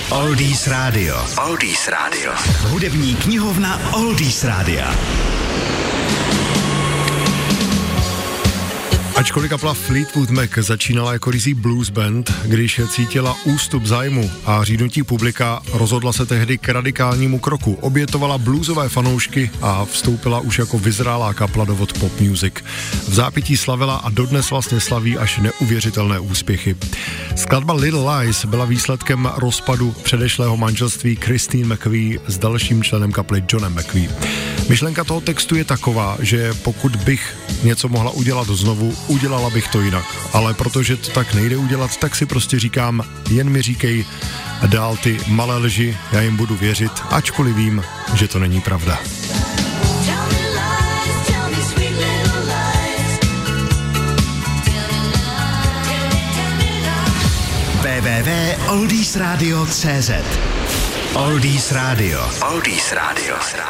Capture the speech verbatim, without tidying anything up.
Oldies Radio. Oldies Radio. Hudební knihovna Oldies Rádia. Ačkoliv kapela Fleetwood Mac začínala jako rizí blues band, když cítila ústup zájmu a řídnutí publika, rozhodla se tehdy k radikálnímu kroku. Obětovala bluesové fanoušky a vstoupila už jako vyzrálá kapela do vod pop music. V zápětí slavila a dodnes vlastně slaví až neuvěřitelné úspěchy. Skladba Little Lies byla výsledkem rozpadu předešlého manželství Christine McVie s dalším členem kapely Johnem McVie. Myšlenka toho textu je taková, že pokud bych něco mohla udělat znovu, udělala bych to jinak. Ale protože to tak nejde udělat, tak si prostě říkám, jen mi říkej dál ty malé lži, já jim budu věřit, ačkoliv vím, že to není pravda. w w w tečka oldies radio tečka cz Oldies Radio. Oldies Radio.